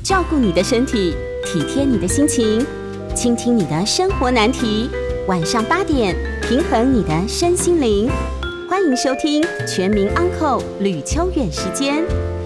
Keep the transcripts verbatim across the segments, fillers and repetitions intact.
照顾你的身体，体贴你的心情，倾听你的生活难题。晚上八点，平衡你的身心灵。欢迎收听《全民 Uncle 吕秋远时间》。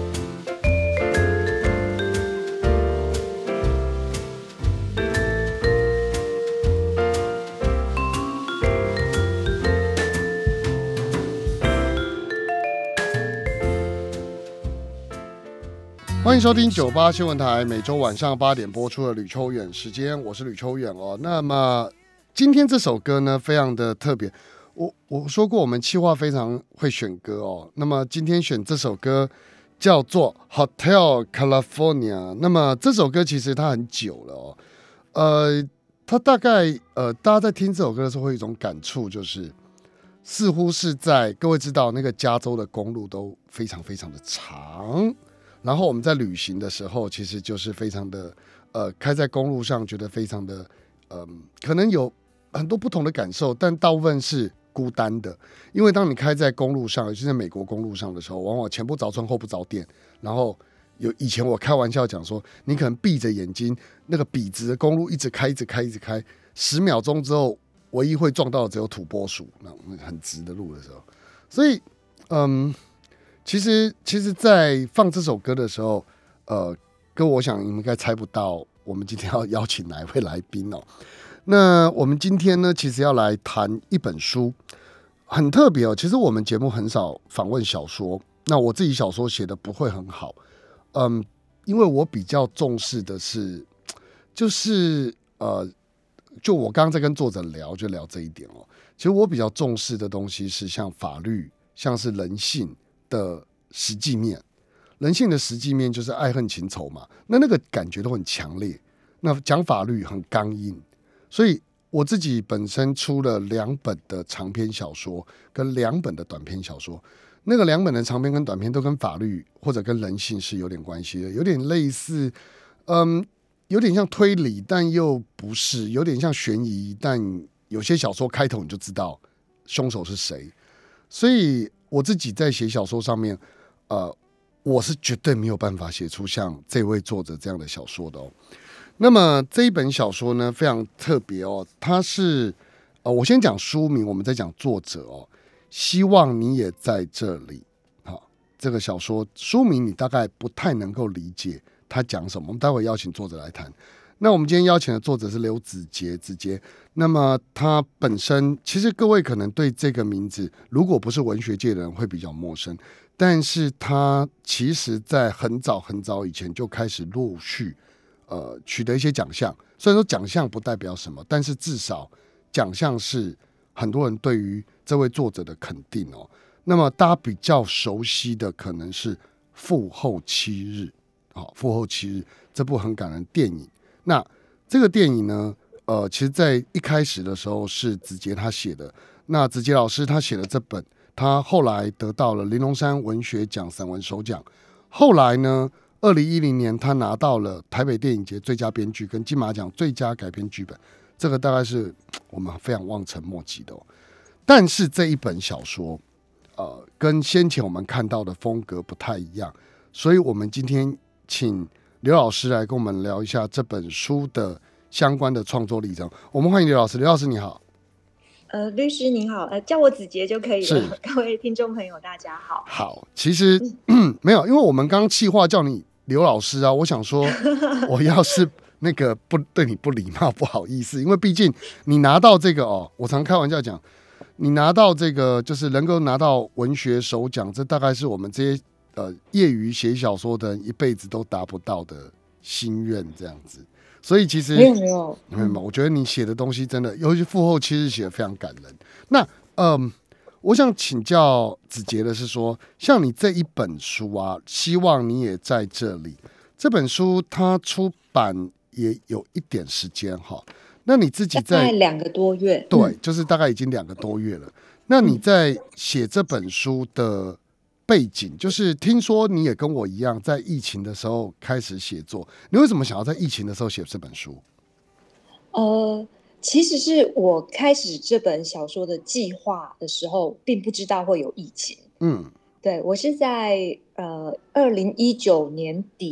欢迎收听九八新闻台每周晚上八点播出的吕秋远时间，我是吕秋远哦。那么今天这首歌呢，非常的特别。我我说过，我们企划非常会选歌哦。那么今天选这首歌叫做 Hotel California。那么这首歌其实它很久了哦，呃，它大概呃，大家在听这首歌的时候会有一种感触，就是似乎是在各位知道那个加州的公路都非常非常的长。然后我们在旅行的时候，其实就是非常的，呃，开在公路上，觉得非常的，嗯、呃，可能有很多不同的感受，但大部分是孤单的。因为当你开在公路上，尤其在美国公路上的时候，往往前不着村后不着店。然后有以前我开玩笑讲说，你可能闭着眼睛，那个笔直的公路一直开，一直开，一直开，十秒钟之后，唯一会撞到的只有土拨鼠，那种很直的路的时候。所以，嗯。其实，其实，在放这首歌的时候，呃，哥，我想你们应该猜不到，我们今天要邀请哪一位来宾哦。那我们今天呢，其实要来谈一本书，很特别哦。其实我们节目很少访问小说，那我自己小说写的不会很好，嗯，因为我比较重视的是，就是呃，就我刚刚在跟作者聊，就聊这一点哦。其实我比较重视的东西是像法律，像是人性的实际面，人性的实际面就是爱恨情仇嘛，那那个感觉都很强烈。那讲法律很刚硬，所以我自己本身出了两本的长篇小说跟两本的短篇小说，那个两本的长篇跟短篇都跟法律或者跟人性是有点关系的，有点类似，嗯，有点像推理，但又不是，有点像悬疑，但有些小说开头你就知道凶手是谁，所以我自己在写小说上面，呃，我是绝对没有办法写出像这位作者这样的小说的哦。那么这一本小说呢，非常特别哦，它是呃，我先讲书名，我们再讲作者哦。希望你也在这里。好，这个小说书名你大概不太能够理解它讲什么，我们待会邀请作者来谈。那我们今天邀请的作者是刘子杰，子杰。那么他本身其实各位可能对这个名字，如果不是文学界的人会比较陌生，但是他其实在很早很早以前就开始陆续呃取得一些奖项。虽然说奖项不代表什么，但是至少奖项是很多人对于这位作者的肯定哦。那么大家比较熟悉的可能是《父后七日》好，《父后七日》这部很感人电影。那这个电影呢，呃，其实在一开始的时候是子杰他写的。那子杰老师他写了这本，他后来得到了林龙山文学奖散文首奖。后来呢，二零一零年他拿到了台北电影节最佳编剧跟金马奖最佳改编剧本，这个大概是我们非常望尘莫及的哦。但是这一本小说，呃，跟先前我们看到的风格不太一样，所以我们今天请刘老师来跟我们聊一下这本书的相关的创作历程。我们欢迎刘老师。刘老师你好。 呃，律师您好，呃，叫我子杰就可以了。各位听众朋友大家好。 好，其实、嗯、没有，因为我们刚刚企划叫你刘老师啊，我想说我要是那个不对你不礼貌，不好意思，因为毕竟你拿到这个哦，我常开玩笑讲，你拿到这个就是能够拿到文学首奖，这大概是我们这些呃，业余写小说的人一辈子都达不到的心愿，这样子。所以其实没有没有， 没有，我觉得你写的东西真的，尤其父后七日写的非常感人。那嗯，我想请教子杰的是说，像你这一本书啊，希望你也在这里。这本书它出版也有一点时间哈，那你自己在大概两个多月， 对，嗯、就是大概已经两个多月了。那你在写这本书的背景，就是听说你也跟我一样，在疫情的时候开始写作。你为什么想要在疫情的时候写这本书？ 呃，其实是我开始这本小说的计划的时候，并不知道会有疫情。 嗯， 对，我是在呃二零一九年底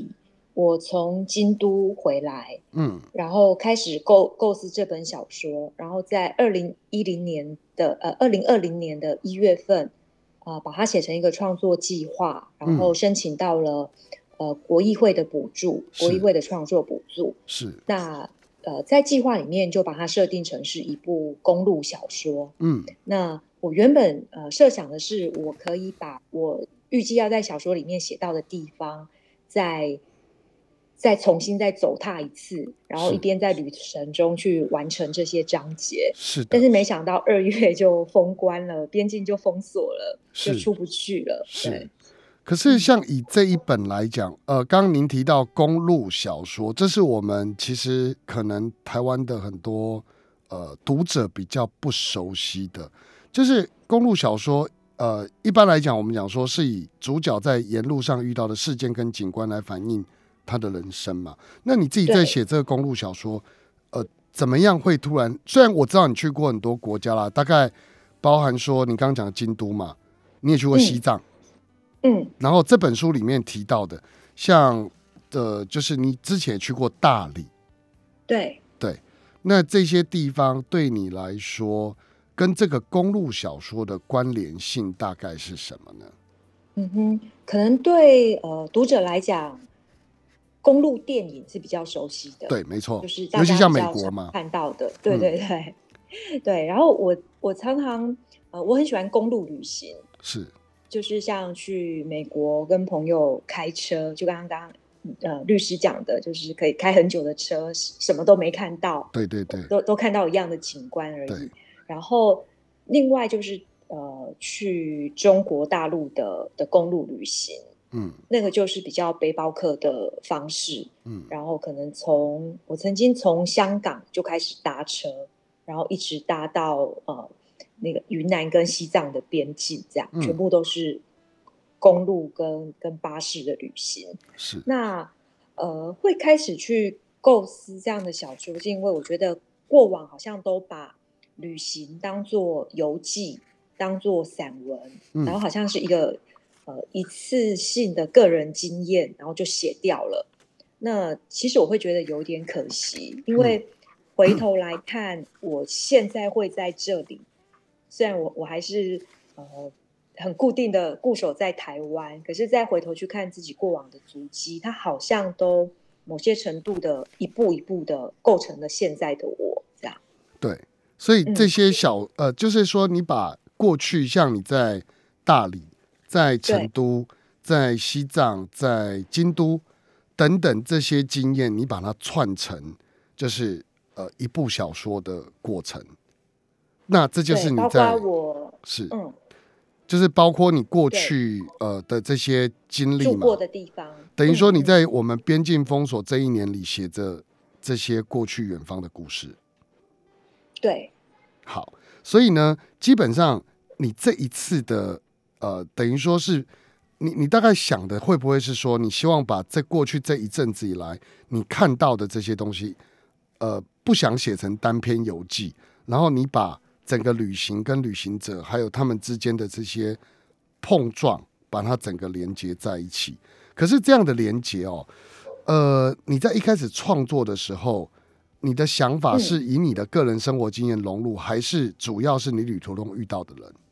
我从京都回来， 嗯， 然后开始构构思这本小说，然后在二零一零年的呃二零二零年的一月份，啊、呃，把它写成一个创作计划，然后申请到了、嗯、呃国议会的补助，国议会的创作补助。 是。 那呃在计划里面就把它设定成是一部公路小说。 嗯， 那我原本呃设想的是，我可以把我预计要在小说里面写到的地方，再再重新再走踏一次，然后一边在旅程中去完成这些章节。 是的。 但是没想到二月就封关了，边境就封锁了，就出不去了。 是。可是像以这一本来讲，呃，刚刚您提到公路小说，这是我们其实可能台湾的很多呃读者比较不熟悉的，就是公路小说。呃，一般来讲，我们讲说是以主角在沿路上遇到的事件跟景观来反映他的人生嘛。那你自己在写这个公路小说，呃，怎么样会突然？虽然我知道你去过很多国家啦，大概包含说你刚刚讲的京都嘛，你也去过西藏， 嗯， 然后这本书里面提到的，像呃，就是你之前也去过大理， 对对，那这些地方对你来说，跟这个公路小说的关联性大概是什么呢？ 嗯哼，可能对呃读者来讲，公路电影是比较熟悉的， 对，没错， 就是尤其像美国嘛， 看到的，对对对、嗯、对。然后我我常常呃我很喜欢公路旅行， 是， 就是像去美国跟朋友开车，就刚刚呃律师讲的，就是可以开很久的车，什么都没看到， 对对对， 都都看到一样的景观而已。然后另外就是呃去中国大陆的的公路旅行，嗯，那个就是比较背包客的方式，嗯，然后可能从我曾经从香港就开始搭车，然后一直搭到呃那个云南跟西藏的边境，这样、嗯、全部都是公路跟跟巴士的旅行。 是， 那呃会开始去构思这样的小说，是因为我觉得过往好像都把旅行当作游记，当作散文、嗯、然后好像是一个呃一次性的个人经验，然后就写掉了。那其实我会觉得有点可惜，因为回头来看、嗯、我现在会在这里，虽然我我还是呃很固定的固守在台湾，可是再回头去看自己过往的足迹，它好像都某些程度的一步一步的构成了现在的我，这样。 对，所以这些小、嗯、呃，就是说你把过去像你在大理、在成都、在西藏、在京都等等这些经验，你把它串成就是呃一部小说的过程。那这就是你在包括我是嗯。就是包括你过去呃的这些经历嘛， 住过的地方， 等于说你在我们边境封锁这一年里写着这些过去远方的故事。 对， 好，所以呢，基本上你这一次的呃，等于说是你你大概想的会不会是说，你希望把这过去这一阵子以来你看到的这些东西，呃，不想写成单篇游记，然后你把整个旅行跟旅行者还有他们之间的这些碰撞，把它整个连接在一起。可是这样的连接哦，呃，你在一开始创作的时候，你的想法是以你的个人生活经验融入、嗯、还是主要是你旅途中遇到的人？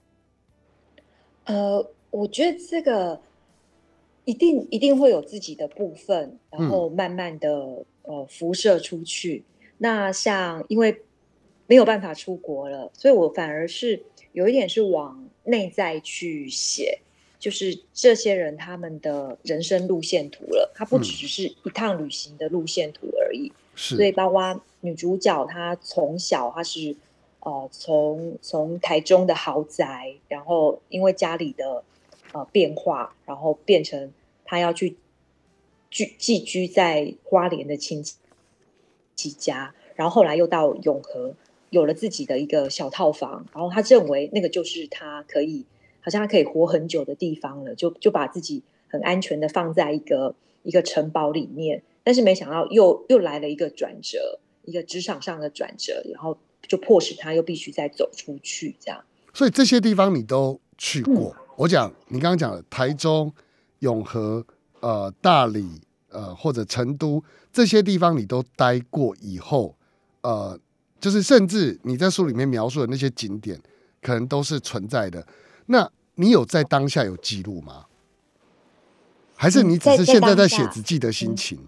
呃，我觉得这个一定一定会有自己的部分，然后慢慢的、嗯、呃辐射出去。那像因为没有办法出国了，所以我反而是有一点是往内在去写，就是这些人他们的人生路线图了，它不只是一趟旅行的路线图而已。 是、嗯， 所以包括女主角她从小她是呃从从台中的豪宅，然后因为家里的呃变化，然后变成她要去居寄居在花莲的亲戚家，然后后来又到永和。有了自己的一个小套房，然后他认为那个就是他可以好像他可以活很久的地方了，就就把自己很安全的放在一个一个城堡里面。但是没想到又又来了一个转折，一个职场上的转折，然后就迫使他又必须再走出去这样。 所以这些地方你都去过、嗯、我讲你刚刚讲的台中、永和、呃大理、 呃或者成都这些地方你都待过以后，呃，就是甚至你在书里面描述的那些景点，可能都是存在的。那你有在当下有记录吗？还是你只是现在在写自己的心情？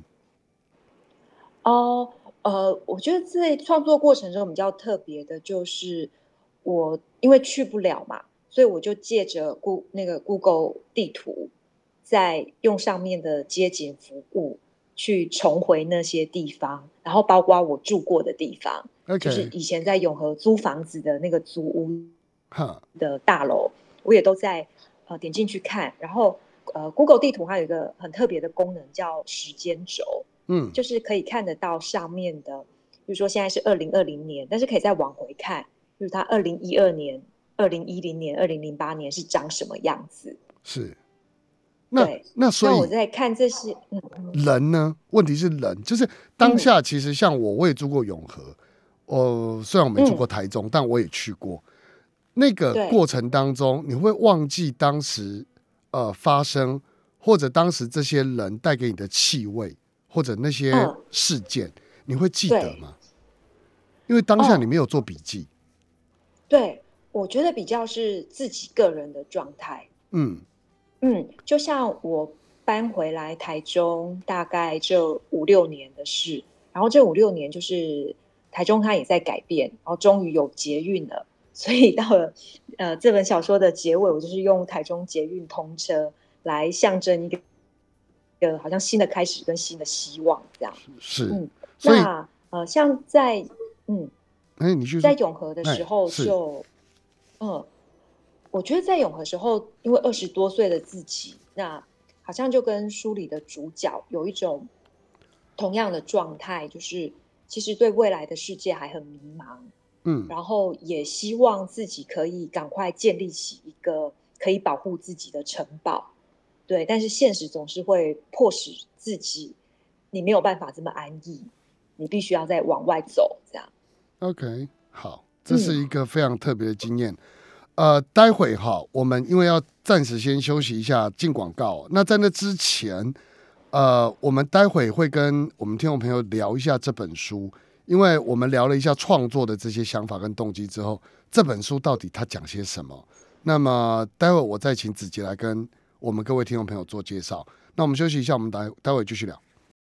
哦、嗯，呃，我觉得在创作过程中比较特别的就是，我因为去不了嘛，所以我就借着 Google 那个 Google 地图，在用上面的街景服务去重回那些地方，然后包括我住过的地方， Okay. 就是以前在永和租房子的那个租屋的大楼，我也都在呃点进去看，然后。呃 ，Google 地图它有一个很特别的功能，叫时间轴，嗯，就是可以看得到上面的，比如说现在是二零二零年，但是可以再往回看，就是它二零一二年、二零一零年、二零零八年是长什么样子。 是，那对， 那所以那我在看这些，嗯， 人呢？问题是人，就是当下其实像我，我也住过永和，呃，虽然我没住过台中，嗯、但我也去过。那个过程当中，你会忘记当时。呃，发生或者当时这些人带给你的气味，或者那些事件，嗯、你会记得吗？因为当下你没有做笔记。哦、 对，我觉得比较是自己个人的状态。嗯嗯，就像我搬回来台中，大概这五六年的事，然后这五六年就是台中它也在改变，然后终于有捷运了。所以到了呃这本小说的结尾，我就是用台中捷运通车来象征一个一个好像新的开始跟新的希望这样。 是， 嗯，那呃像在嗯， 哎，你去在永和的时候就，嗯，我觉得在永和的时候，因为二十多岁的自己，那好像就跟书里的主角有一种同样的状态，就是其实对未来的世界还很迷茫。嗯，然后也希望自己可以赶快建立起一个可以保护自己的城堡，对。但是现实总是会迫使自己，你没有办法这么安逸，你必须要再往外走，这样。 OK， 好，这是一个非常特别的经验。嗯、呃，待会哈，我们因为要暂时先休息一下，进广告。那在那之前，呃，我们待会会跟我们听众朋友聊一下这本书。因为我们聊了一下创作的这些想法跟动机之后，这本书到底它讲些什么？那么待会我再请子杰来跟我们各位听众朋友做介绍。那我们休息一下，我们待待会继续聊。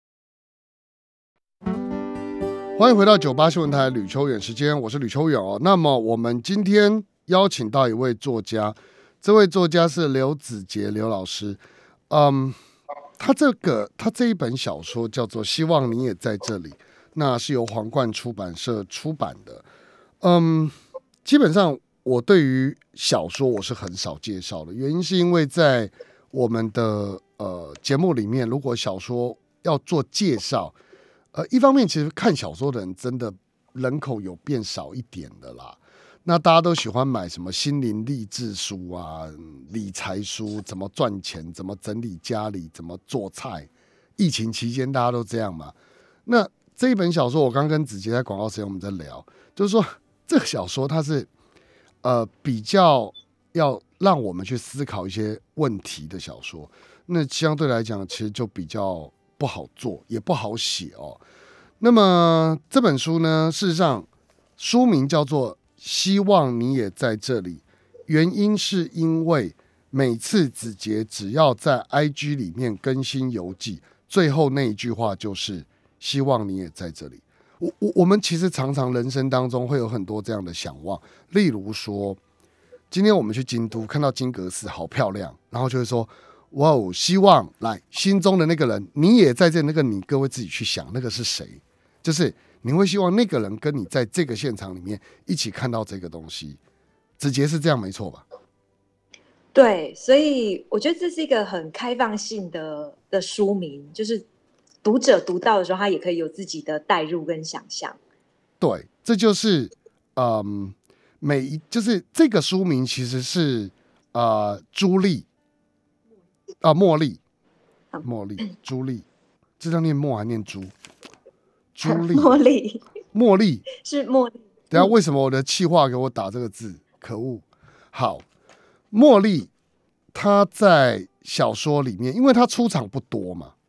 欢迎回到九八新闻台吕秋远时间，我是吕秋远哦。那么我们今天邀请到一位作家，这位作家是刘子杰刘老师。嗯，他这个他这一本小说叫做《希望你也在这里》。那是由皇冠出版社出版的。嗯，基本上我对于小说我是很少介绍的，原因是因为在我们的呃节目里面，如果小说要做介绍，呃，一方面其实看小说的人真的人口有变少一点的啦。那大家都喜欢买什么心灵励志书啊、理财书，怎么赚钱、怎么整理家里、怎么做菜。疫情期间大家都这样嘛。那这一本小说，我刚跟子杰在广告时间我们在聊，就是说这个小说它是呃比较要让我们去思考一些问题的小说，那相对来讲其实就比较不好做，也不好写哦。那么这本书呢，事实上书名叫做《希望你也在这里》，原因是因为每次子杰只要在 I G 里面更新游记，最后那一句话就是希望你也在这里。我我我们其实常常人生当中会有很多这样的想望，例如说，今天我们去京都看到金阁寺好漂亮，然后就会说，哇哦，希望来心中的那个人，你也在这，那个你各位自己去想，那个是谁？就是你会希望那个人跟你在这个现场里面一起看到这个东西。子杰是这样没错吧？ 对，所以我觉得这是一个很开放性的的书名，就是读者读到的时候，他也可以有自己的代入跟想象。 对，这就是嗯，每一就是这个书名其实是呃朱莉啊茉莉，茉莉朱莉，这叫念茉还念朱？朱莉茉莉茉莉是茉莉。 等一下为什么我的企划给我打这个字？可恶！好，茉莉她在小说里面，因为她出场不多嘛。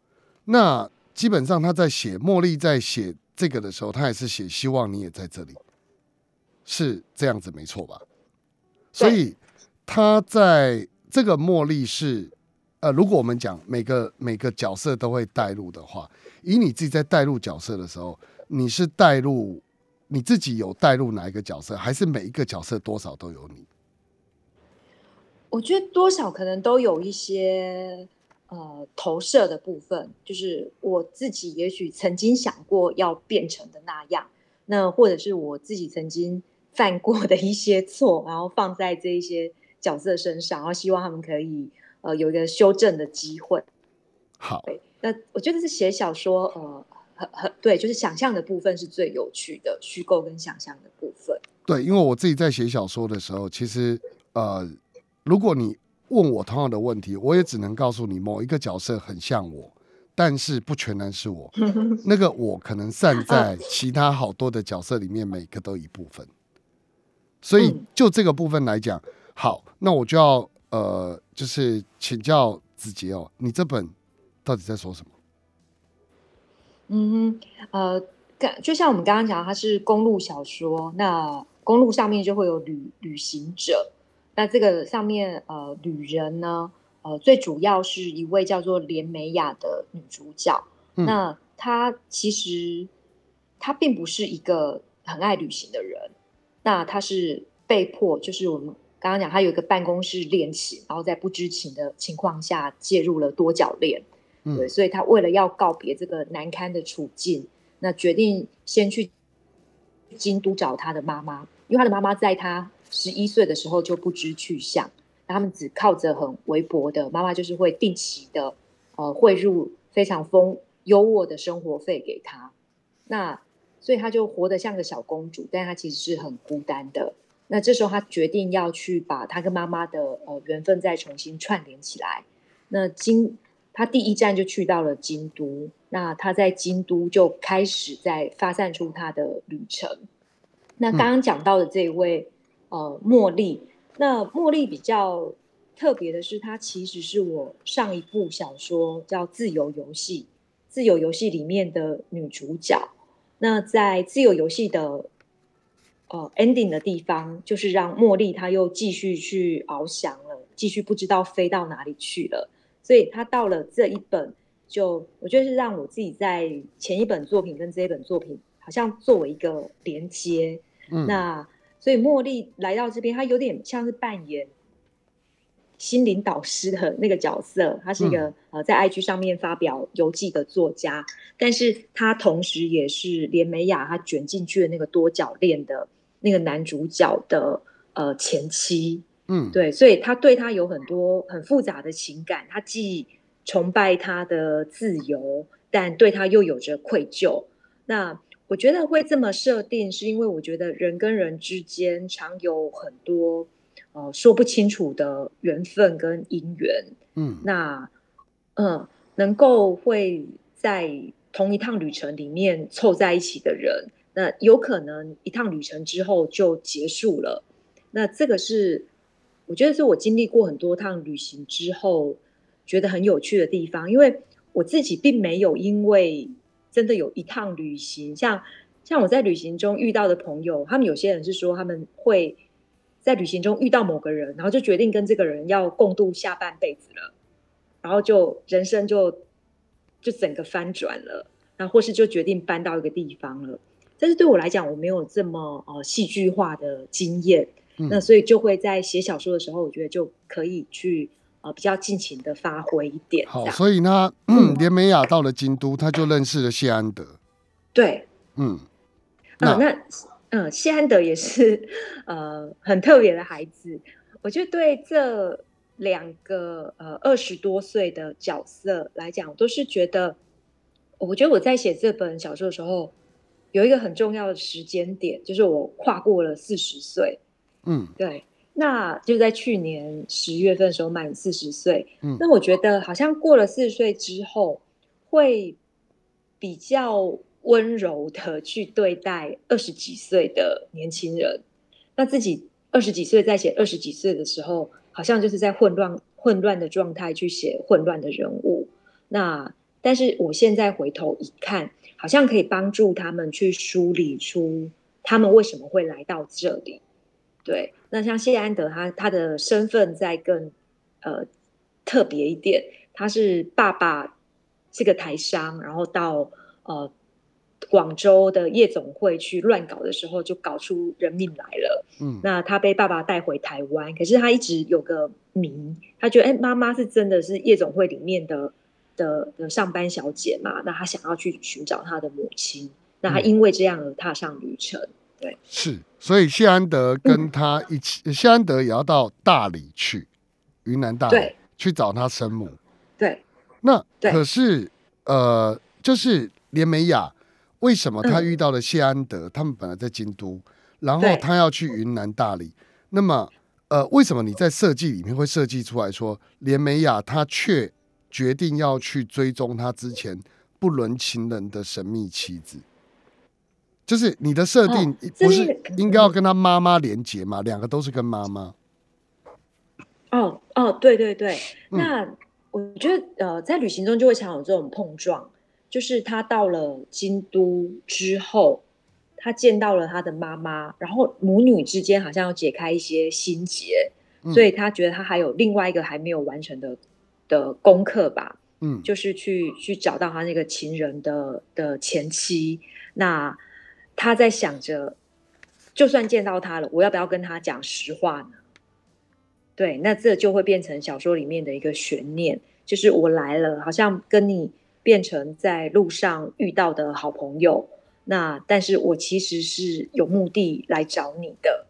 那基本上他在写茉莉在写这个的时候，他也是写希望你也在这里，是这样子没错吧？所以他在这个茉莉是呃，如果我们讲每个每个角色都会带入的话，以你自己在带入角色的时候，你是带入你自己有带入哪一个角色，还是每一个角色多少都有你？ 我觉得多少可能都有一些呃投射的部分，就是我自己也许曾经想过要变成的那样，那或者是我自己曾经犯过的一些错，然后放在这一些角色身上，然后希望他们可以呃有一个修正的机会。 好， 对，那我觉得是写小说呃很很对，就是想象的部分是最有趣的，虚构跟想象的部分。 对，因为我自己在写小说的时候，其实呃。如果你问我同样的问题，我也只能告诉你某一个角色很像我，但是不全然是我。那个我可能散在其他好多的角色里面，每个都一部分。所以就这个部分来讲，好，那我就要呃，就是请教子杰哦，你这本到底在说什么？ 嗯呃，就像我们刚刚讲，它是公路小说，那公路上面就会有旅旅行者。那这个上面呃，旅人呢，呃，最主要是一位叫做连美雅的女主角。嗯、那她其实她并不是一个很爱旅行的人，那她是被迫，就是我们刚刚讲，她有一个办公室恋情，然后在不知情的情况下介入了多角恋。嗯、对，所以她为了要告别这个难堪的处境，那决定先去京都找她的妈妈，因为她的妈妈在她十一岁的时候就不知去向，他们只靠着很微薄的，妈妈就是会定期的呃汇入非常丰优渥的生活费给他，那所以他就活得像个小公主，但他其实是很孤单的。那这时候他决定要去把他跟妈妈的呃缘分再重新串联起来。那京他第一站就去到了京都，那他在京都就开始在发散出他的旅程。那刚刚讲到的这一位。呃，茉莉，那茉莉比较特别的是，她其实是我上一部小说叫《自由游戏》，《自由游戏》里面的女主角。那在《自由游戏》的呃 ending 的地方，就是让茉莉她又继续去翱翔了，继续不知道飞到哪里去了。所以她到了这一本，就我觉得是让我自己在前一本作品跟这一本作品，好像作为一个连接。嗯，那。所以茉莉来到这边，她有点像是扮演心灵导师的那个角色。她是一个、嗯、呃在 I G 上面发表游记的作家，但是她同时也是连美雅她卷进去的那个多角恋的那个男主角的呃前妻。嗯，对，所以她对他有很多很复杂的情感。她既崇拜他的自由，但对他又有着愧疚。那我觉得会这么设定，是因为我觉得人跟人之间常有很多呃说不清楚的缘分跟姻缘。嗯，那嗯，能够会在同一趟旅程里面凑在一起的人，那有可能一趟旅程之后就结束了。那这个是我觉得是我经历过很多趟旅行之后觉得很有趣的地方，因为我自己并没有因为真的有一趟旅行，像像我在旅行中遇到的朋友，他们有些人是说他们会在旅行中遇到某个人，然后就决定跟这个人要共度下半辈子了，然后就人生就就整个翻转了，然后或是就决定搬到一个地方了。但是对我来讲，我没有这么呃戏剧化的经验，嗯、那所以就会在写小说的时候，我觉得就可以去。呃，比较尽情的发挥一点。 好，所以呢，嗯，连美雅到了京都，他就认识了谢安德。 对，嗯，那、呃、那嗯，谢安德也是呃很特别的孩子。我觉得对这两个呃二十多岁的角色来讲，我都是觉得，我觉得我在写这本小说的时候，有一个很重要的时间点，就是我跨过了四十岁。嗯，对。那就在去年十月份的时候满四十岁，嗯，那我觉得好像过了四十岁之后，会比较温柔的去对待二十几岁的年轻人。那自己二十几岁在写二十几岁的时候，好像就是在混乱混乱的状态去写混乱的人物。那但是我现在回头一看，好像可以帮助他们去梳理出他们为什么会来到这里。对，那像谢安德他他的身份再更呃特别一点，他是爸爸是个台商，然后到呃广州的夜总会去乱搞的时候，就搞出人命来了。嗯，那他被爸爸带回台湾，可是他一直有个谜，他觉得哎，妈妈是真的是夜总会里面的的的上班小姐嘛？那他想要去寻找他的母亲，那他因为这样而踏上旅程。对， 是，所以谢安德跟他一起，嗯、谢安德也要到大理去，云南大理去找他生母。 对， 那可是呃，就是连美雅为什么他遇到了谢安德？嗯、他们本来在京都，然后他要去云南大理。那么呃，为什么你在设计里面会设计出来说，连美雅她却决定要去追踪他之前不伦情人的神秘妻子？就是你的设定不是应该要跟他妈妈连结吗？两个都是跟妈妈。 哦哦，对对对，嗯、那我觉得呃，在旅行中就会常有这种碰撞，就是他到了京都之后，他见到了他的妈妈，然后母女之间好像要解开一些心结，嗯、所以他觉得他还有另外一个还没有完成的的功课吧，嗯，就是去去找到他那个情人的的前妻，那。他在想着，就算见到他了，我要不要跟他讲实话呢？对，那这就会变成小说里面的一个悬念，就是我来了，好像跟你变成在路上遇到的好朋友，那但是我其实是有目的来找你的。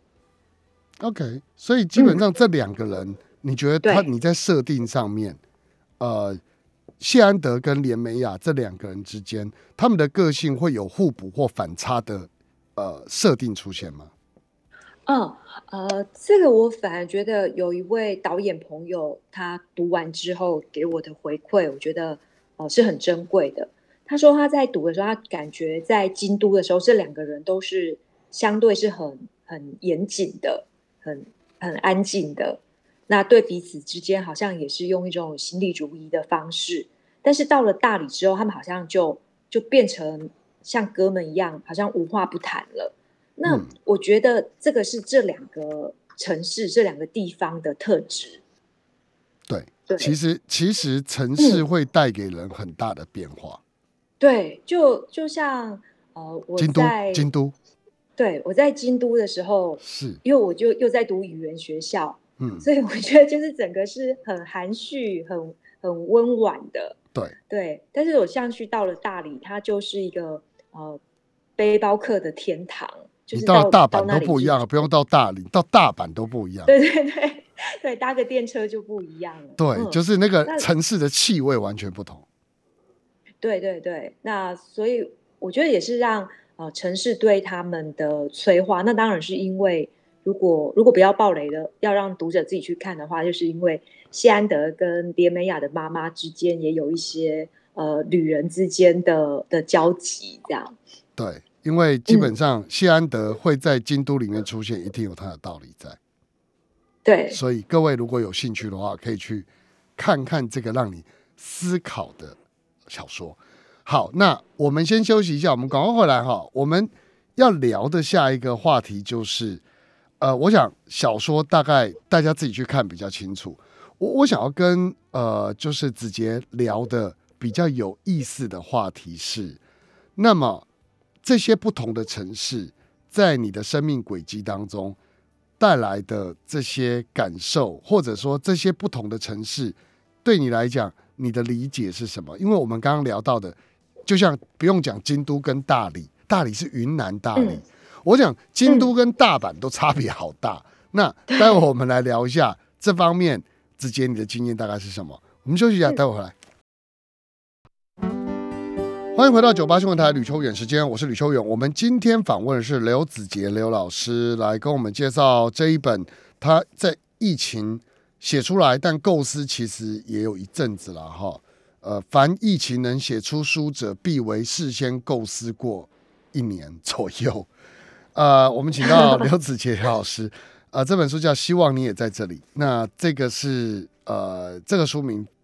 OK， 所以基本上这两个人，嗯、你觉得他你在设定上面，呃。谢安德跟连美雅这两个人之间，他们的个性会有互补或反差的呃设定出现吗？ 哦，呃，这个我反而觉得有一位导演朋友，他读完之后给我的回馈，我觉得哦、呃、是很珍贵的。他说他在读的时候，他感觉在京都的时候，这两个人都是相对是很很严谨的，很很安静的。那对彼此之间好像也是用一种心理主义的方式，但是到了大理之后，他们好像就就变成像哥们一样，好像无话不谈了。那我觉得这个是这两个城市、这两个地方的特质。 对，对，其实其实城市会带给人很大的变化。 嗯、对，就就像呃，我在京都，京都， 对，我在京都的时候， 是因为我就又在读语言学校。嗯，所以我觉得就是整个是很含蓄、很很温婉的， 对对。但是我像去到了大理，它就是一个呃背包客的天堂，就是到你到大阪都不一样了，不用到大理，到大阪都不一样。 对对对对，搭个电车就不一样了。 对，嗯、就是那个城市的气味完全不同。 对对对，那所以我觉得也是让呃城市对他们的催化，那当然是因为。如果如果不要爆雷了，要让读者自己去看的话，就是因为谢安德跟连美雅的妈妈之间也有一些呃旅人之间的的交集，这样。 对，因为基本上谢安德会在京都里面出现，一定有他的道理在。 对， 所以各位如果有兴趣的话，可以去看看这个让你思考的小说。好，那我们先休息一下，我们赶快回来哈。我们要聊的下一个话题就是。呃，我想小说大概大家自己去看比较清楚。我我想要跟呃，就是子杰聊的比较有意思的话题是，那么这些不同的城市在你的生命轨迹当中带来的这些感受，或者说这些不同的城市对你来讲，你的理解是什么？因为我们刚刚聊到的，就像不用讲京都跟大理，大理是云南大理。嗯，我讲京都跟大阪都差别好大，嗯、那待会我们来聊一下这方面，子杰你的经验大概是什么？我们休息一下，待会回来。欢迎回到九八新闻台吕秋远时间，我是吕秋远。我们今天访问的是刘子杰刘老师，来跟我们介绍这一本他在疫情写出来，但构思其实也有一阵子了哈。呃，凡疫情能写出书者，必为事先构思过一年左右。呃，我们请到刘子杰刘老师，呃，这本书叫《希望你也在这里》。那这个是呃，这个书名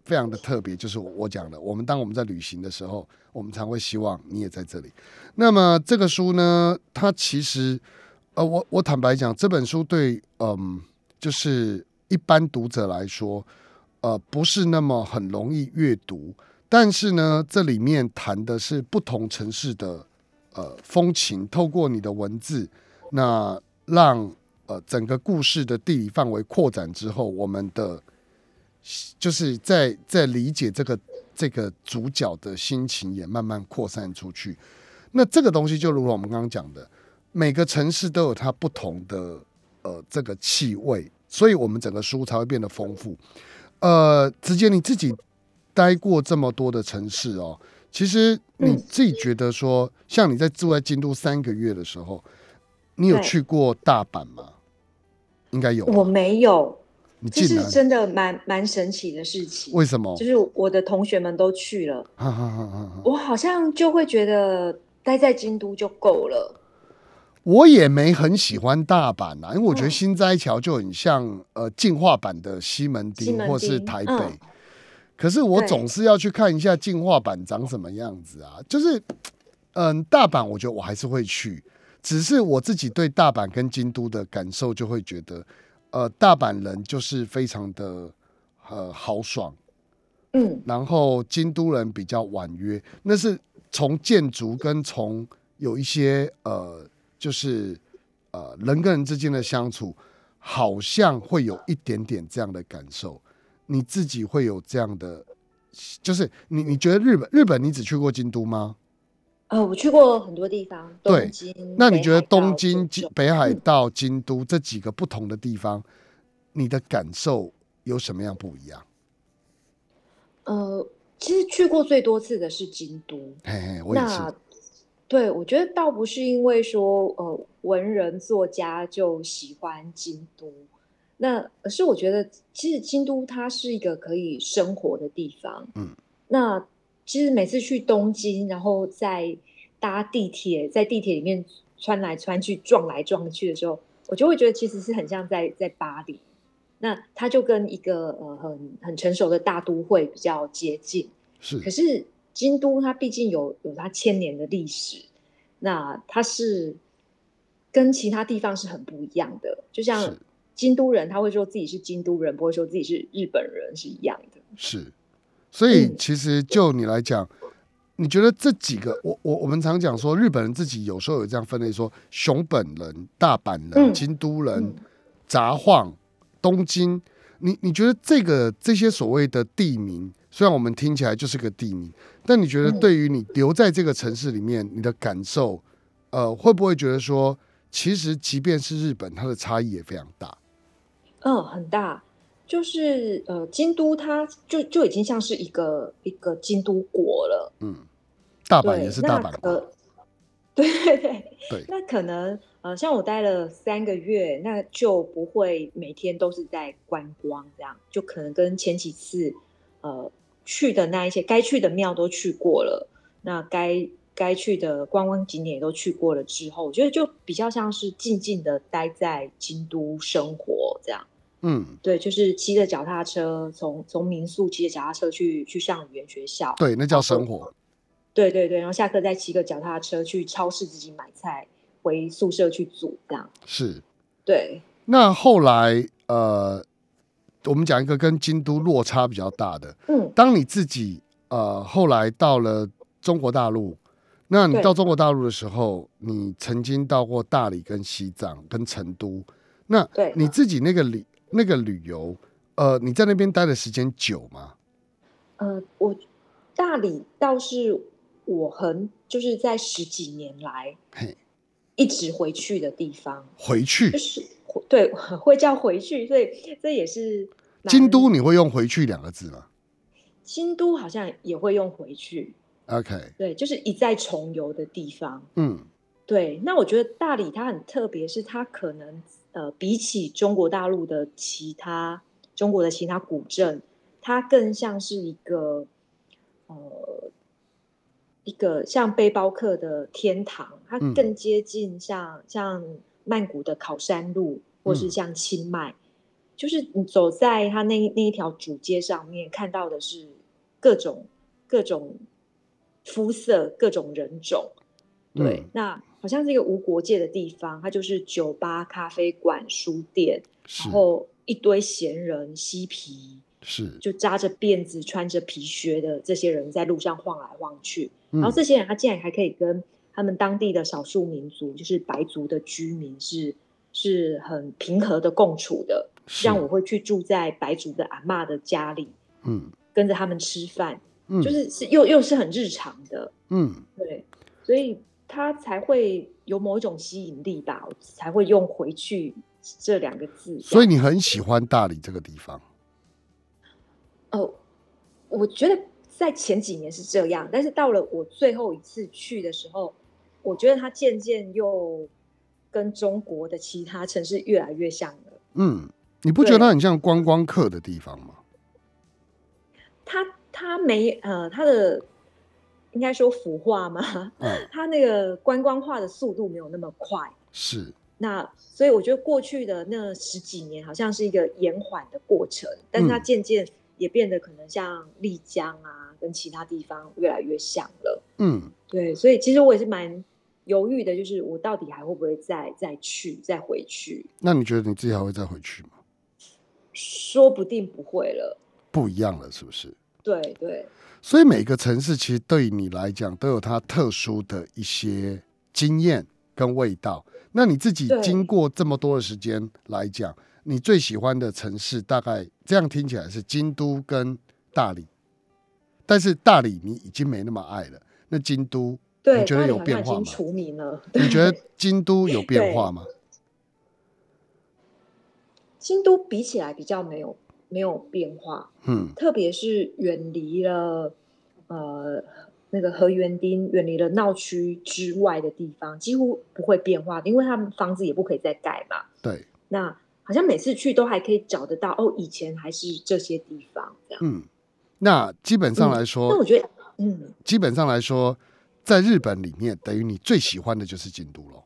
非常的特别，就是我讲的，我们当我们在旅行的时候，我们常会希望你也在这里。那么这个书呢，它其实，呃，我我坦白讲，这本书对，嗯，就是一般读者来说，呃，不是那么很容易阅读。但是呢，这里面谈的是不同城市的呃风情，透过你的文字，那让呃整个故事的地理范围扩展之后，我们的就是在在理解这个这个主角的心情也慢慢扩散出去。那这个东西就如同我们刚刚讲的，每个城市都有它不同的呃这个气味，所以我们整个书才会变得丰富。呃，子杰你自己待过这么多的城市哦，其实你自己觉得说，像你在住在京都三个月的时候，你有去过大阪吗？应该有吧。 我没有。这你竟然是真的蛮蛮神奇的事情。 为什么？ 就是我的同学们都去了， 哈哈哈哈， 我好像就会觉得待在京都就够了。 我也没很喜欢大阪啊，因为我觉得嗯心斋桥就很像呃进化版的西门町西门町或是台北。 嗯可是我对总是要去看一下进化版长什么样子啊，就是嗯，大阪我觉得我还是会去，只是我自己对大阪跟京都的感受就会觉得，呃，大阪人就是非常的呃豪爽， 嗯然后京都人比较婉约，那是从建筑跟从有一些呃，就是呃人跟人之间的相处，好像会有一点点这样的感受。你自己会有这样的，就是你你觉得日本日本你只去过京都吗？ 呃，我去过很多地方， 对东京， 那你觉得北海道东京、 九州北海道、京都这几个不同的地方，你的感受有什么样不一样？ 呃，其实去过最多次的是京都。 嘿嘿，我也是。 那对，我觉得倒不是因为说呃文人作家就喜欢京都，那而是我觉得其实京都它是一个可以生活的地方。 嗯， 那其实每次去东京，然后在搭地铁，在地铁里面穿来穿去、撞来撞去的时候，我就会觉得其实是很像在在巴黎。那它就跟一个呃很很成熟的大都会比较接近。 是可是京都它毕竟有有它千年的历史，那它是跟其他地方是很不一样的。就像是京都人他会说自己是京都人，不会说自己是日本人是一样的。 是，所以嗯其实就你来讲，你觉得这几个，我我我们常讲说，日本人自己有时候有这样分类说，熊本人、大阪人、 嗯京都人、 嗯札幌、东京，你你觉得这个这些所谓的地名，虽然我们听起来就是个地名，但你觉得对于你留在这个城市里面，你的感受，呃，会不会觉得说，其实即便是日本，它的差异也非常大？ 嗯，很大。就是呃，京都它就就已经像是一个一个京都国了。 嗯，大阪也对， 是大那阪国， 可对对对， 对， 那可能呃，像我待了三个月，那就不会每天都是在观光，这样就可能跟前几次呃去的那一些该去的庙都去过了，那该该去的观光景点也都去过了之后，我觉得就比较像是静静的待在京都生活这样。 嗯， 对，就是骑着脚踏车从从民宿骑着脚踏车去去上语言学校， 对，那叫生活。 对对对，然后下课再骑个脚踏车去超市自己买菜，回宿舍去煮，这样。 是， 对， 那后来呃，我们讲一个跟京都落差比较大的， 嗯， 当你自己呃后来到了中国大陆，那你对到中国大陆的时候，你曾经到过大理、跟西藏、跟成都，那对， 你自己那个旅那个旅游，呃，你在那边待的时间久吗？ 呃，我大理倒是我很就是在十几年来嘿， 一直回去的地方， 回就去是对会叫回去，所以这也是蛮京都，你会用回去两个字吗京都好像也会用回去， ？OK， 对，就是一再重游的地方。 嗯， 对，那我觉得大理它很特别，是它可能呃比起中国大陆的其他中国的其他古镇，它更像是一个呃一个像背包客的天堂，它嗯更接近像像曼谷的考山路，或是嗯像清迈。 就是你走在它那那一条主街上面，看到的是各种各种肤色、各种人种。对，嗯、那好像是一个无国界的地方，它就是酒吧、咖啡馆、书店，然后一堆闲人嬉皮， 是就扎着辫子、穿着皮靴的这些人在路上晃来晃去，嗯、然后这些人他竟然还可以跟他们当地的少数民族，就是白族的居民是是很平和的共处的。像我会去住在白族的阿嬷的家里，嗯，跟着他们吃饭，嗯、就是是又又是很日常的，嗯，对，所以他才会有某一种吸引力吧，我才会用回去这两个字。 所以你很喜欢大理这个地方？ 哦，我觉得在前几年是这样，但是到了我最后一次去的时候，我觉得它渐渐又跟中国的其他城市越来越像了。嗯， 你不觉得它很像观光客的地方吗？ 它它没呃，它的应该说腐化吗？嗯，它那个观光化的速度没有那么快。 是。 那所以我觉得过去的那十几年好像是一个延缓的过程，但是它渐渐也变得可能像丽江啊，跟其他地方越来越像了。嗯，对，所以其实我也是蛮犹豫的，就是我到底还会不会再再去再回去？ 那你觉得你自己还会再回去吗？ 说不定不会了， 不一样了，是不是？ 对对。 所以每个城市其实对于你来讲都有它特殊的一些经验跟味道。那你自己经过这么多的时间来讲，你最喜欢的城市大概这样听起来是京都跟大理，但是大理你已经没那么爱了，那京都你觉得有变化吗？ 除名了， 你觉得京都有变化吗？ 京都比起来比较没有没有变化，嗯，特别是远离了呃。那个河园町远离了闹区之外的地方几乎不会变化，因为他们房子也不可以再盖嘛。 对， 那好像每次去都还可以找得到哦，以前还是这些地方这样。 嗯，那基本上来说， 那、嗯、我觉得，嗯， 基本上来说，在日本里面，等于你最喜欢的就是京都咯。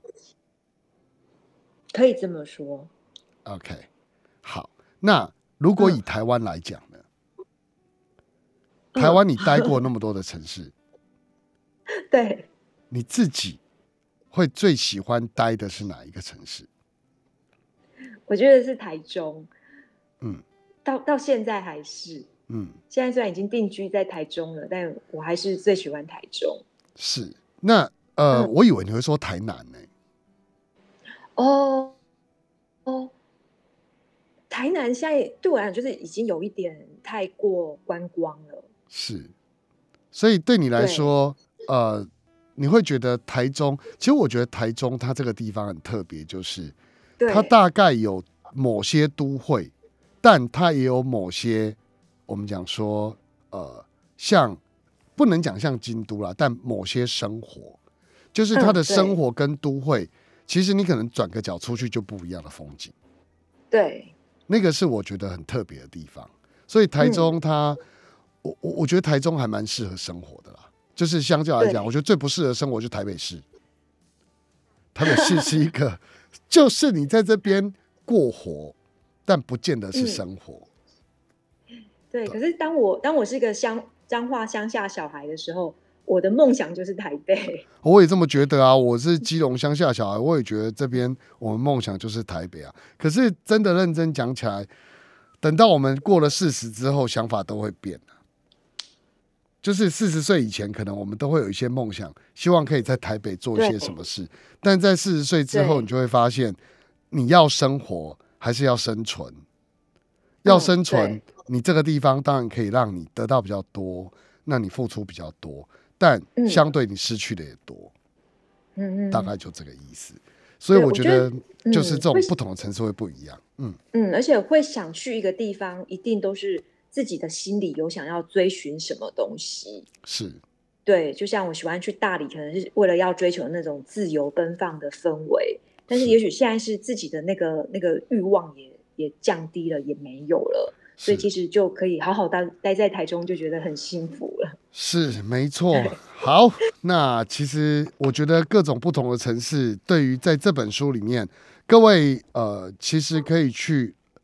可以这么说。 OK， 好，那如果以台湾来讲呢？嗯、台湾你待过那么多的城市。 对， 你自己会最喜欢待的是哪一个城市？ 我觉得是台中，嗯，到到现在还是，嗯，现在虽然已经定居在台中了，但我还是最喜欢台中。 是，那呃，嗯、我以为你会说台南呢、欸。 哦哦，台南现在对我来讲就是已经有一点太过观光了。 是，所以对你来说。呃，你会觉得台中，其实我觉得台中它这个地方很特别，就是它大概有某些都会，但它也有某些我们讲说，呃，像不能讲像京都啦，但某些生活，就是它的生活跟都会，嗯、其实你可能转个角出去就不一样的风景。 对， 那个是我觉得很特别的地方。所以台中它，嗯、我我我觉得台中还蛮适合生活的啦。就是相较来讲，我觉得最不适合生活就是台北市。台北市是一个，就是你在这边过活，但不见得是生活。 嗯、对, 对，可是当我当我是一个乡彰化乡下小孩的时候，我的梦想就是台北。 我也这么觉得啊，我是基隆乡下小孩，我也觉得这边我们梦想就是台北啊。可是真的认真讲起来，等到我们过了四十之后，想法都会变。就是四十岁以前，可能我们都会有一些梦想，希望可以在台北做一些什么事。但在四十岁之后，你就会发现，你要生活还是要生存？要生存，嗯、你这个地方当然可以让你得到比较多，那你付出比较多，但相对你失去的也多。嗯，大概就这个意思。所以我觉得，就是这种不同的城市会不一样。嗯嗯，而且会想去一个地方，一定都是。自己的心里有想要追寻什么东西， 是对，就像我喜欢去大理，可能是为了要追求那种自由奔放的氛围，但是也许现在是自己的那个那个欲望也也降低了，也没有了，所以其实就可以好好待待在台中，就觉得很幸福了。 是没错。好，那其实我觉得各种不同的城市，对于在这本书里面，各位呃，其实可以去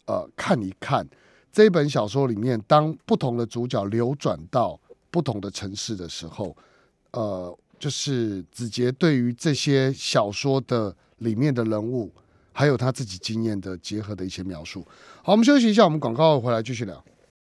呃看一看这本小说里面，当不同的主角流转到不同的城市的时候，呃，就是子杰对于这些小说的里面的人物，还有他自己经验的结合的一些描述。好，我们休息一下，我们广告回来继续聊。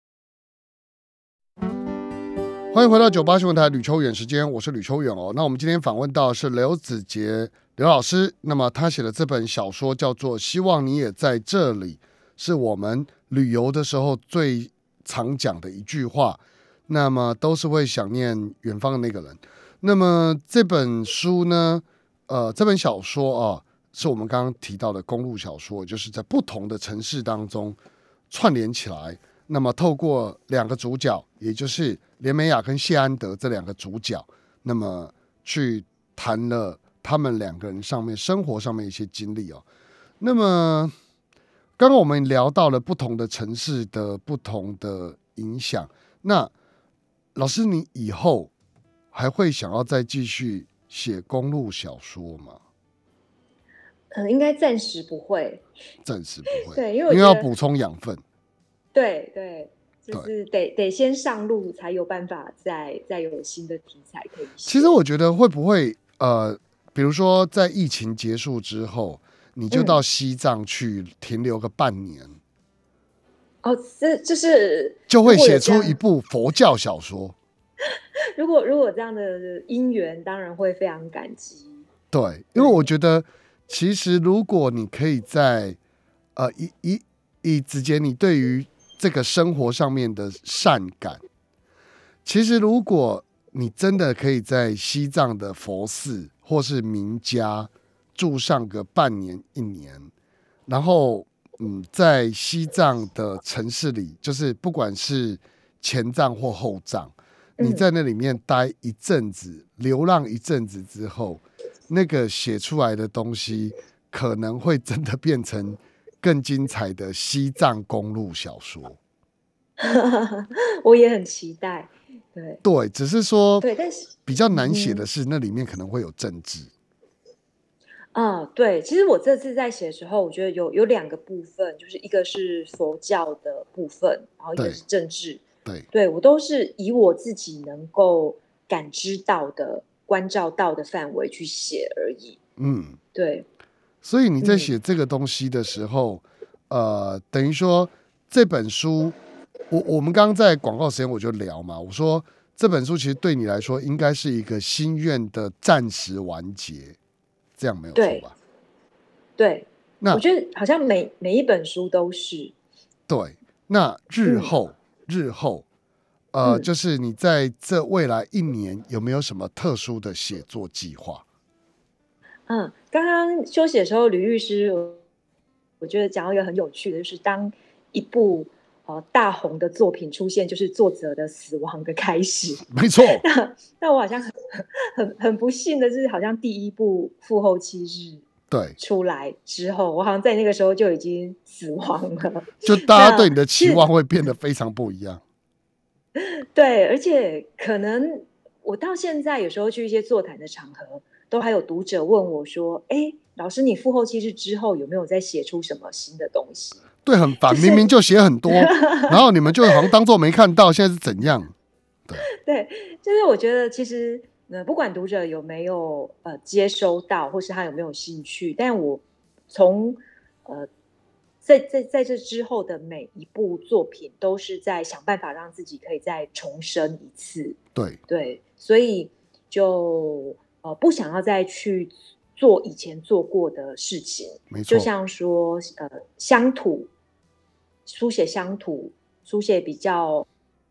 欢迎回到九八新闻台吕秋远时间，我是吕秋远哦。那我们今天访问到的是刘子杰刘老师，那么他写的这本小说叫做《希望你也在这里》，是我们旅游的时候最常讲的一句话，那么都是会想念远方的那个人。那么这本书呢，呃，这本小说啊，是我们刚刚提到的公路小说，就是在不同的城市当中串联起来。那么透过两个主角，也就是连美雅跟谢安德这两个主角，那么去谈了他们两个人上面生活上面一些经历哦。那么刚刚我们聊到了不同的城市的不同的影响，那老师你以后还会想要再继续写公路小说吗？ 呃，应该暂时不会， 暂时不会， 对，因为我因为觉得要补充养分。 对对，就是得得先上路，才有办法再再有新的题材可以写。 其实我觉得会不会呃，比如说在疫情结束之后，你就到西藏去停留个半年，嗯、 哦，这就是就会写出一部佛教小说。 如果如果这样的因缘，当然会非常感激。 对，因为我觉得其实如果你可以在呃以以以子杰你对于这个生活上面的善感，其实如果你真的可以在西藏的佛寺或是名家住上个半年一年，然后嗯，在西藏的城市里，就是不管是前藏或后藏，你在那里面待一阵子，流浪一阵子之后，那个写出来的东西可能会真的变成更精彩的西藏公路小说。 我也很期待。对对，只是说， 对，但是比较难写的是，那里面可能会有政治。 嗯，对，其实我这次在写的时候，我觉得有有两个部分，就是一个是佛教的部分，然后一个是政治。 对， 对我都是以我自己能够感知到的、关照到的范围去写而已。嗯，对。 所以你在写这个东西的时候，嗯、呃，等于说这本书，我我们刚刚在广告时间我就聊嘛，我说这本书其实对你来说应该是一个心愿的暂时完结，这样没有错吧？ 对， 那我觉得好像每每一本书都是。 对，那日后、嗯、日后，呃、嗯，就是你在这未来一年有没有什么特殊的写作计划？ 嗯，刚刚休息的时候，吕律师，我觉得讲到一个很有趣的，就是当一部呃大红的作品出现，就是作者的死亡的开始。 没错。 那那我好像很很很不幸的是，好像第一部《父后七日》 对出来之后，我好像在那个时候就已经死亡了。 就大家对你的期望会变得非常不一样。 对，而且可能我到现在有时候去一些座谈的场合，都还有读者问我说：“哎，老师，你父后七日之后有没有再写出什么新的东西？” 对，很烦，就是、明明就写很多，然后你们就好像当作没看到，现在是怎样？对， 对，就是我觉得其实呃，不管读者有没有呃接收到，或是他有没有兴趣，但我从呃在在在这之后的每一部作品，都是在想办法让自己可以再重生一次。 对对，所以就呃不想要再去做以前做过的事情， 没错， 就像说呃乡土书写乡土，书写比较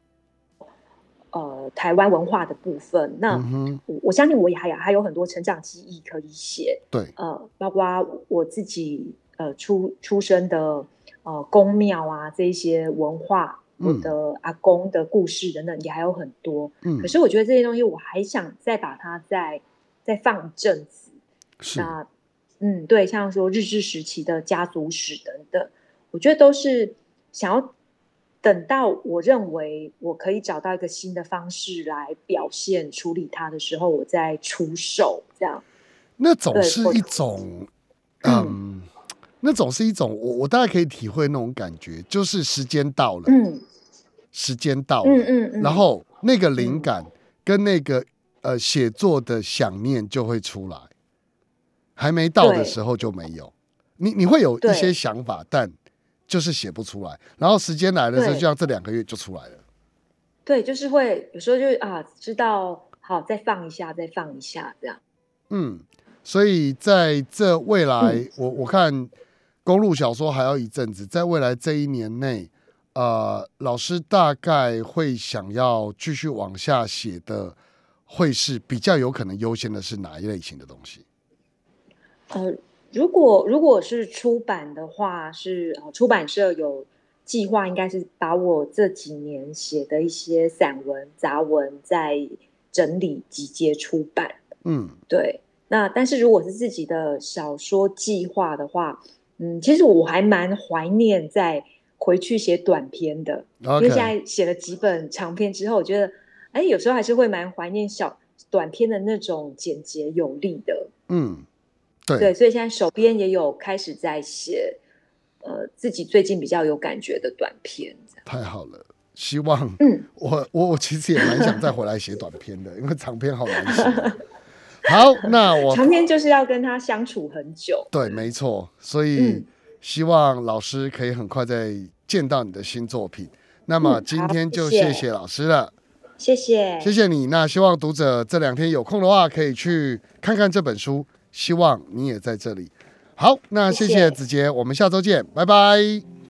呃台湾文化的部分。那、嗯、我, 我相信我也还有还有很多成长记忆可以写。 对， 呃，包括我自己呃出出生的呃宫庙啊，这一些文化。我的阿公的故事等等也还有很多，嗯，可是我觉得这些东西我还想再把它再再放一阵子。 是， 那嗯，对，像说日治时期的家族史等等，我觉得都是想要等到我认为我可以找到一个新的方式来表现处理它的时候，我再出手，这样。 那总是一种，嗯，嗯那种是一种我我大概可以体会那种感觉，就是时间到了， 嗯， 时间到了， 嗯嗯嗯， 然后那个灵感跟那个、呃写作的想念就会出来，还没到的时候就没有。你你会有一些想法，但就是写不出来，然后时间来的时候，就像这两个月就出来了。 对，就是会有时候就啊，知道好再放一下，再放一下这样。 嗯，所以在这未来， 嗯、 我我看公路小说还要一阵子，在未来这一年内，呃，老师大概会想要继续往下写的，会是比较有可能优先的是哪一类型的东西？ 呃，如果如果是出版的话，是出版社有计划，应该是把我这几年写的一些散文、杂文再整理集结出版。 嗯， 对。那但是如果是自己的小说计划的话，嗯，其实我还蛮怀念再回去写短篇的， okay. 因为现在写了几本长篇之后，我觉得，哎，有时候还是会蛮怀念小短篇的那种简洁有力的。 嗯，对， 对，所以现在手边也有开始在写，呃，自己最近比较有感觉的短篇。 太好了，希望， 嗯， 我我我其实也蛮想再回来写短篇的，因为长篇好难写。好，那我长篇就是要跟他相处很久。 对，没错，所以希望老师可以很快再见到你的新作品。那么今天就谢谢老师了， 嗯、谢谢， 谢谢你。那希望读者这两天有空的话，可以去看看这本书。希望你也在这里。好，那谢谢子杰，我们下周见，拜拜。